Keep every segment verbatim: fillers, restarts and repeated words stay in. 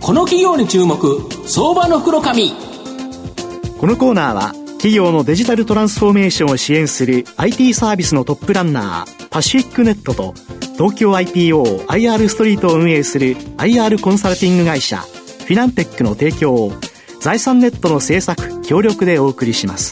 この企業に注目、相場の袋紙。 このコーナーは企業のデジタルトランスフォーメーションを支援する アイティー サービスのトップランナーパシフィックネットと、東京 アイピーオー アイアール ストリートを運営する アイアール コンサルティング会社フィナンテックの提供を財産ネットの制作協力でお送りします。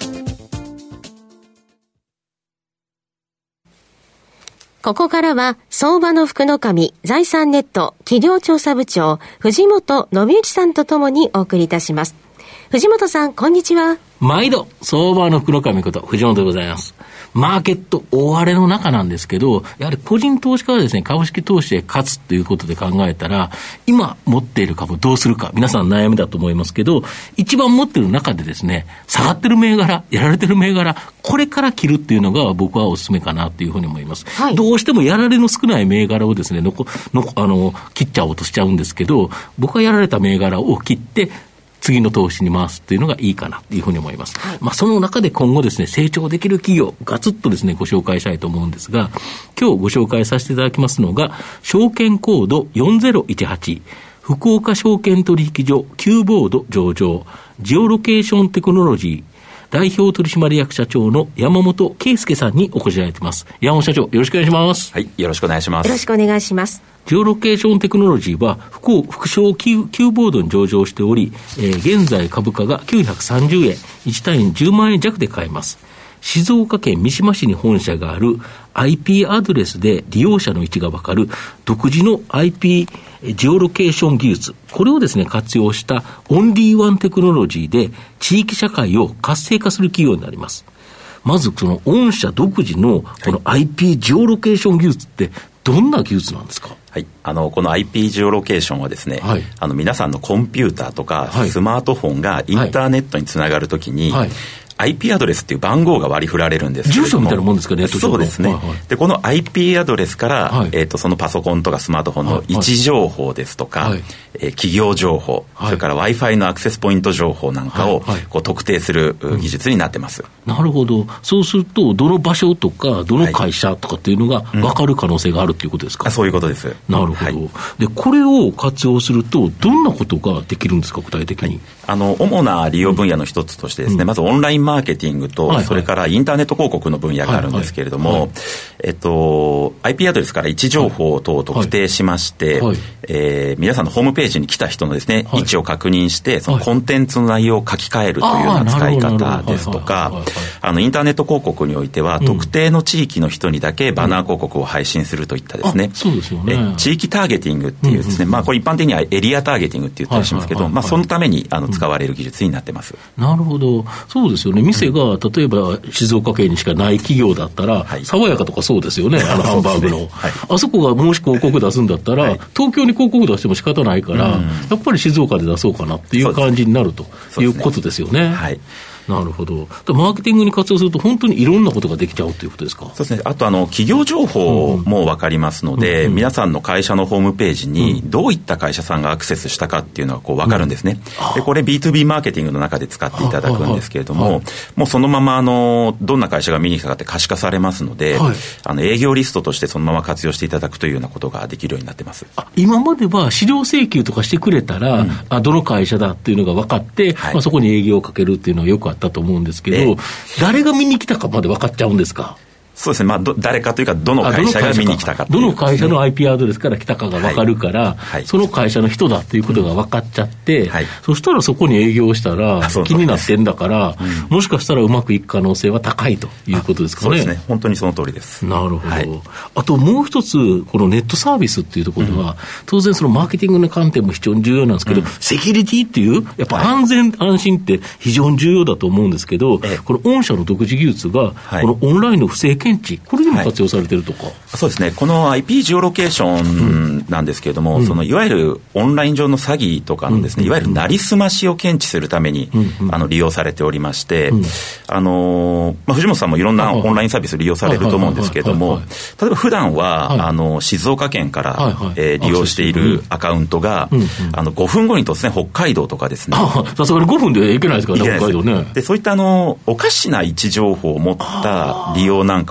ここからは相場の福の神財産ネット企業調査部長藤本信之さんとともにお送りいたします。藤本さん、こんにちは。 毎度相場の福の神こと藤本でございます。マーケット大荒れの中なんですけど、やはり個人投資家はですね、株式投資で勝つということで考えたら、今持っている株どうするか、皆さん悩みだと思いますけど、一番持っている中でですね、下がってる銘柄、やられてる銘柄、これから切るっていうのが僕はお勧めかなというふうに思います。はい、どうしてもやられの少ない銘柄をですね、のこのあの切っちゃおうとしちゃうんですけど、僕はやられた銘柄を切って次の投資に回すっていうのがいいかなというふうに思います。はい、まあ、その中で今後ですね、成長できる企業、ガツッとですね、ご紹介したいと思うんですが、今日ご紹介させていただきますのが、証券コードよんぜろいちはち、福岡証券取引所 Q ボード上場、ジオロケーションテクノロジー、代表取締役社長の山本圭介さんにお越しいただいています。山本社長、よろしくお願いします。 はい、よろしくお願いします。 よろしくお願いします。 ジオロケーションテクノロジーは福福証 Q, Q ボードに上場しており、えー、現在株価がきゅうひゃくさんじゅうえん、いち単位じゅうまんえん弱で買えます。静岡県三島市に本社がある アイピー アドレスで利用者の位置がわかる独自の アイピー ジオロケーション技術、これをですね活用したオンリーワンテクノロジーで地域社会を活性化する企業になります。まずその御社独自のこの アイピー ジオロケーション技術ってどんな技術なんですか？ はい、あのこの アイピー ジオロケーションはですね、はい、あの皆さんのコンピューターとかスマートフォンがインターネットにつながるときに、はいはい、アイピー アドレスっていう番号が割り振られるんですけれども、 住所みたいなもんですかね。 そうですね、はいはい、でこの アイピー アドレスから、はい、えー、とそのパソコンとかスマートフォンの位置情報ですとか、はい、えー、企業情報、はい、それから Wi-Fi のアクセスポイント情報なんかを、はいはい、こう特定する技術になってます。 うん、なるほど。そうするとどの場所とかどの会社とかっていうのが分かる可能性があるということですか？ うん、そういうことです。 なるほど。はい、でこれを活用するとどんなことができるんですか、具体的に？はい、 あの主な利用分野の一つとしてですね、うん、まずオンラインマーケティングと、はいはい、それからインターネット広告の分野があるんですけれども、はいはいはい、えっと、アイピー アドレスから位置情報等を特定しまして、はいはい、えー、皆さんのホームページに来た人のですね、はい、位置を確認してそのコンテンツの内容を書き換えるというような使い方ですとか、あのインターネット広告においては、うん、特定の地域の人にだけバナー広告を配信するといったですね、 そうですよね、 地域ターゲティングっていうですね、うんうん、まあこれ一般的にはエリアターゲティングって言ったりしますけど、はいはいはいはい、まあそのためにあの使われる技術になってます。 うん、なるほど。そうですよね。店が、うん、例えば静岡県にしかない企業だったら、はい、爽やかとかそうですよね、あのハンバーグの、ね、はい、あそこがもし広告出すんだったら、はい、東京に広告出しても仕方ないから、うん、やっぱり静岡で出そうかなっていう感じになるということですよね。はい。なるほど。マーケティングに活用すると本当にいろんなことができちゃうということですか？ そうですね。あとあの企業情報も分かりますので、うんうん、皆さんの会社のホームページにどういった会社さんがアクセスしたかっていうのがこう分かるんですね。うん、でこれ ビーツービー マーケティングの中で使っていただくんですけれども、はいはい、もうそのままあのどんな会社が見に来たかって可視化されますので、はい、あの営業リストとしてそのまま活用していただくというようなことができるようになってます。 あ、今までは資料請求とかしてくれたら、うん、あどの会社だっていうのが分かって、はい、まあ、そこに営業をかけるっていうのはよくあったと思うんですけど、誰が見に来たかまで分かっちゃうんですか？ そうですね、まあ、ど誰かというかどの会社が見に来たかっていう、 どの会社の アイピー アドレスから来たかが分かるから、はいはい、その会社の人だということが分かっちゃって、うん、はい、そしたらそこに営業したら気になってんだから、うん、もしかしたらうまくいく可能性は高いということですかね。 そうですね、本当にその通りです。 なるほど。はい、あともう一つこのネットサービスっていうところでは、うん、当然そのマーケティングの観点も非常に重要なんですけど、うん、セキュリティっていうやっぱ安全、はい、安心って非常に重要だと思うんですけど、ええ、この御社の独自技術が、はい、このオンラインの不正検知、これでも活用されてるとか、はい、 そうですね。この アイピー ジオロケーションなんですけれども、うん、そのいわゆるオンライン上の詐欺とかのですね、うん、いわゆるなりすましを検知するために、うん、あの利用されておりまして、うん、あのまあ、藤本さんもいろんなオンラインサービス利用されると思うんですけれども、例えば普段は、はい、あの静岡県から、はいはい、えー、利用しているアカウントが、うんうん、あのごふんごに突然北海道とかですね、 さすがにごふんでいけないですからね、北海道ね。 でそういったあのおかしな位置情報を持った利用なんか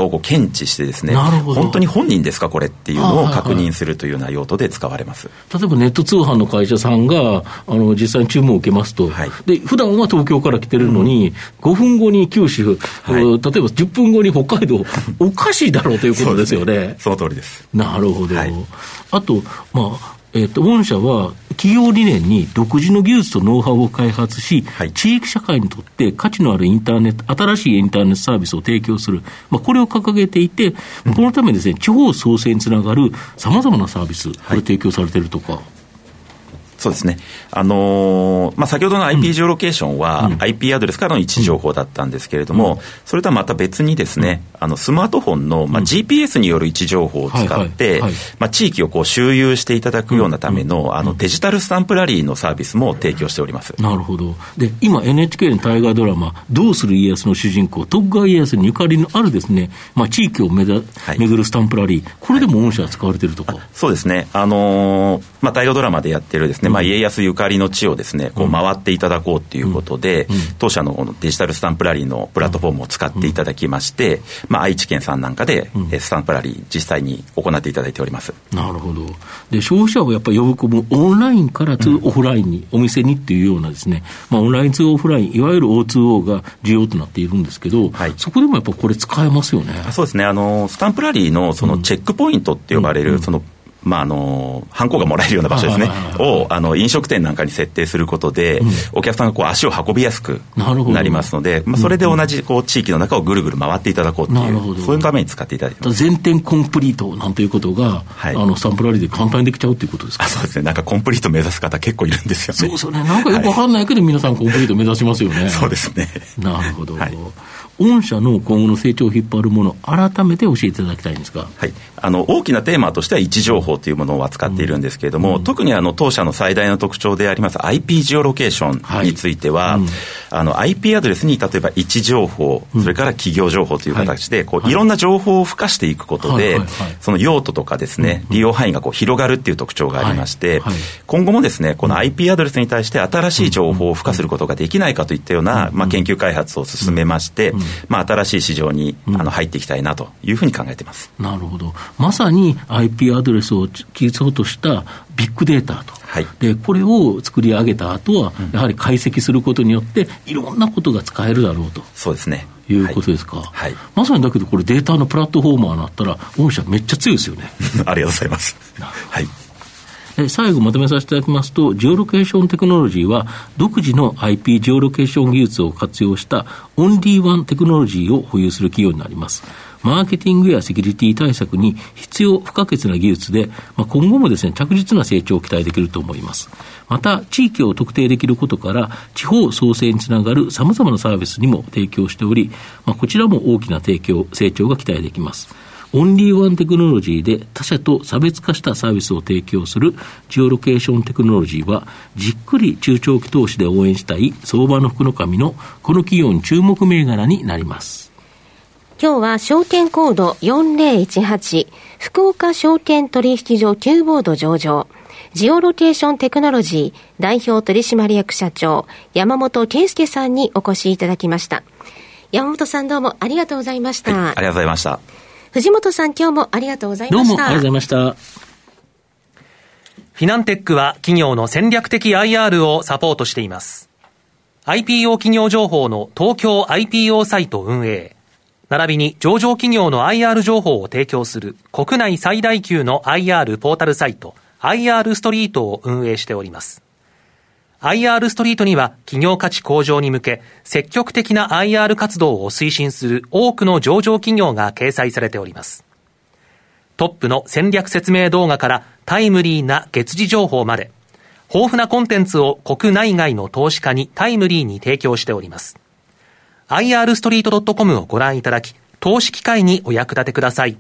かをこう検知してですね、本当に本人ですかこれっていうのを確認するというような用途で使われます。 例えばネット通販の会社さんがあの実際に注文を受けますと、はい、で普段は東京から来てるのに、うん、ごふんごに九州、はい、例えばじゅっぷんごに北海道おかしいだろうということですよね。 その通りです。 なるほど、はい、あとまあえっと、御社は企業理念に独自の技術とノウハウを開発し、はい、地域社会にとって価値のあるインターネット、新しいインターネットサービスを提供する、まあ、これを掲げていて、うん、このためですね、地方創生につながるさまざまなサービス、これ提供されているとか。はい、 そうですね。あのー、まあ、先ほどの アイピー ジオロケーションは、うん、アイピー アドレスからの位置情報だったんですけれども、うん、それとはまた別にですね、うん、あのスマートフォンの、まあ、ジーピーエス による位置情報を使って、まあ、地域をこう周遊していただくようなための、うん、あのデジタルスタンプラリーのサービスも提供しております。 なるほど。で、今 エヌエイチケー の大河ドラマ、どうする家康の主人公、徳川家康にゆかりのあるですね、まあ、地域をめだ、はい、巡るスタンプラリー、これでも御社は使われているとか。 そうですね。あのー、まあ、大河ドラマでやってるですね、まあ、家康ゆかりの地をですね、こう回っていただこうということで、うんうん、当社のデジタルスタンプラリーのプラットフォームを使っていただきまして、うんまあ、愛知県さんなんかで、うん、スタンプラリー実際に行っていただいております。 なるほど。で、消費者をやっぱり呼び込むオンラインからツーオフラインに、うん、お店にっていうようなですね、まあ、オンラインツーオフライン、いわゆる オーツーオー が重要となっているんですけど、はい、そこでもやっぱこれ使えますよね。 そうですね。あのスタンプラリーのそのチェックポイントって呼ばれる、うん、そのまあ、あのハンコがもらえるような場所ですねをあの飲食店なんかに設定することで、うん、お客さんがこう足を運びやすくなりますので、まあ、それで同じこう地域の中をぐるぐる回っていただこうという、そういうために使っていただいてます。 全店コンプリートなんていうことが、はい、あのスタンプラリーで簡単にできちゃうということですか。 あ、そうですね。なんかコンプリート目指す方結構いるんですよね。 そうですよね。なんかよくわかんないけど、はい、皆さんコンプリート目指しますよね。 そうですね。 なるほど、はい、御社の今後の成長を引っ張るもの、改めて教えていただきたいんですが。 はい、あの大きなテーマとしては位置情報というものを扱っているんですけれども、うん、特にあの当社の最大の特徴であります アイピー ジオロケーションについては、はいうん、あの アイピー アドレスに例えば位置情報、それから企業情報という形で、こう、はい、いろんな情報を付加していくことで、はいはいはい、その用途とかですね、利用範囲がこう広がるっていう特徴がありまして、はいはい、今後もですね、この アイピー アドレスに対して新しい情報を付加することができないかといったような、まあ、研究開発を進めまして、まあ、新しい市場にあの入っていきたいなというふうに考えています。 なるほど。まさに アイピー アドレスを基礎としたビッグデータと、はい、でこれを作り上げた後はやはり解析することによっていろんなことが使えるだろうと。 そうですね。 いうことですか。 はいはい、 まさにだけどこれデータのプラットフォーマーになったら御社めっちゃ強いですよね。 ありがとうございます。はい。 最後まとめさせていただきますと、ジオロケーションテクノロジーは独自の アイピー ジオロケーション技術を活用したオンリーワンテクノロジーを保有する企業になります。マーケティングやセキュリティ対策に必要不可欠な技術で、まあ、今後もですね、着実な成長を期待できると思います。また、地域を特定できることから、地方創生につながる様々なサービスにも提供しており、まあ、こちらも大きな提供、成長が期待できます。オンリーワンテクノロジーで他社と差別化したサービスを提供するジオロケーションテクノロジーは、じっくり中長期投資で応援したい相場の福の神のこの企業に注目銘柄になります。 今日は証券コードよんぜろいちはち福岡証券取引所キューボード上場ジオロケーションテクノロジー代表取締役社長山本圭介さんにお越しいただきました。山本さん、どうもありがとうございました。 はい、ありがとうございました。 藤本さん、今日もありがとうございました。 どうもありがとうございました。 フィナンテックは企業の戦略的 アイアール をサポートしています。アイピーオー 企業情報の東京 アイピーオー サイト運営、並びに上場企業の アイアール 情報を提供する国内最大級の アイアール ポータルサイト アイアール ストリートを運営しております。アイアール ストリートには企業価値向上に向け積極的な アイアール 活動を推進する多くの上場企業が掲載されております。トップの戦略説明動画からタイムリーな月次情報まで豊富なコンテンツを国内外の投資家にタイムリーに提供しております。アイアールストリートドットコム をご覧いただき、投資機会にお役立てください。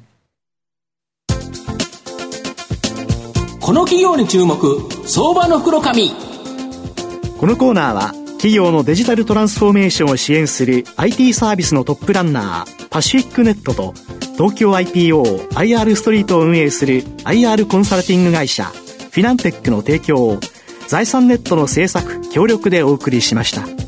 この企業に注目、相場の福の神。 このコーナーは企業のデジタルトランスフォーメーションを支援する アイティー サービスのトップランナーパシフィックネットと東京 アイピーオー アイアール ストリートを運営する アイアール コンサルティング会社フィナンテックの提供を財産ネットの制作協力でお送りしました。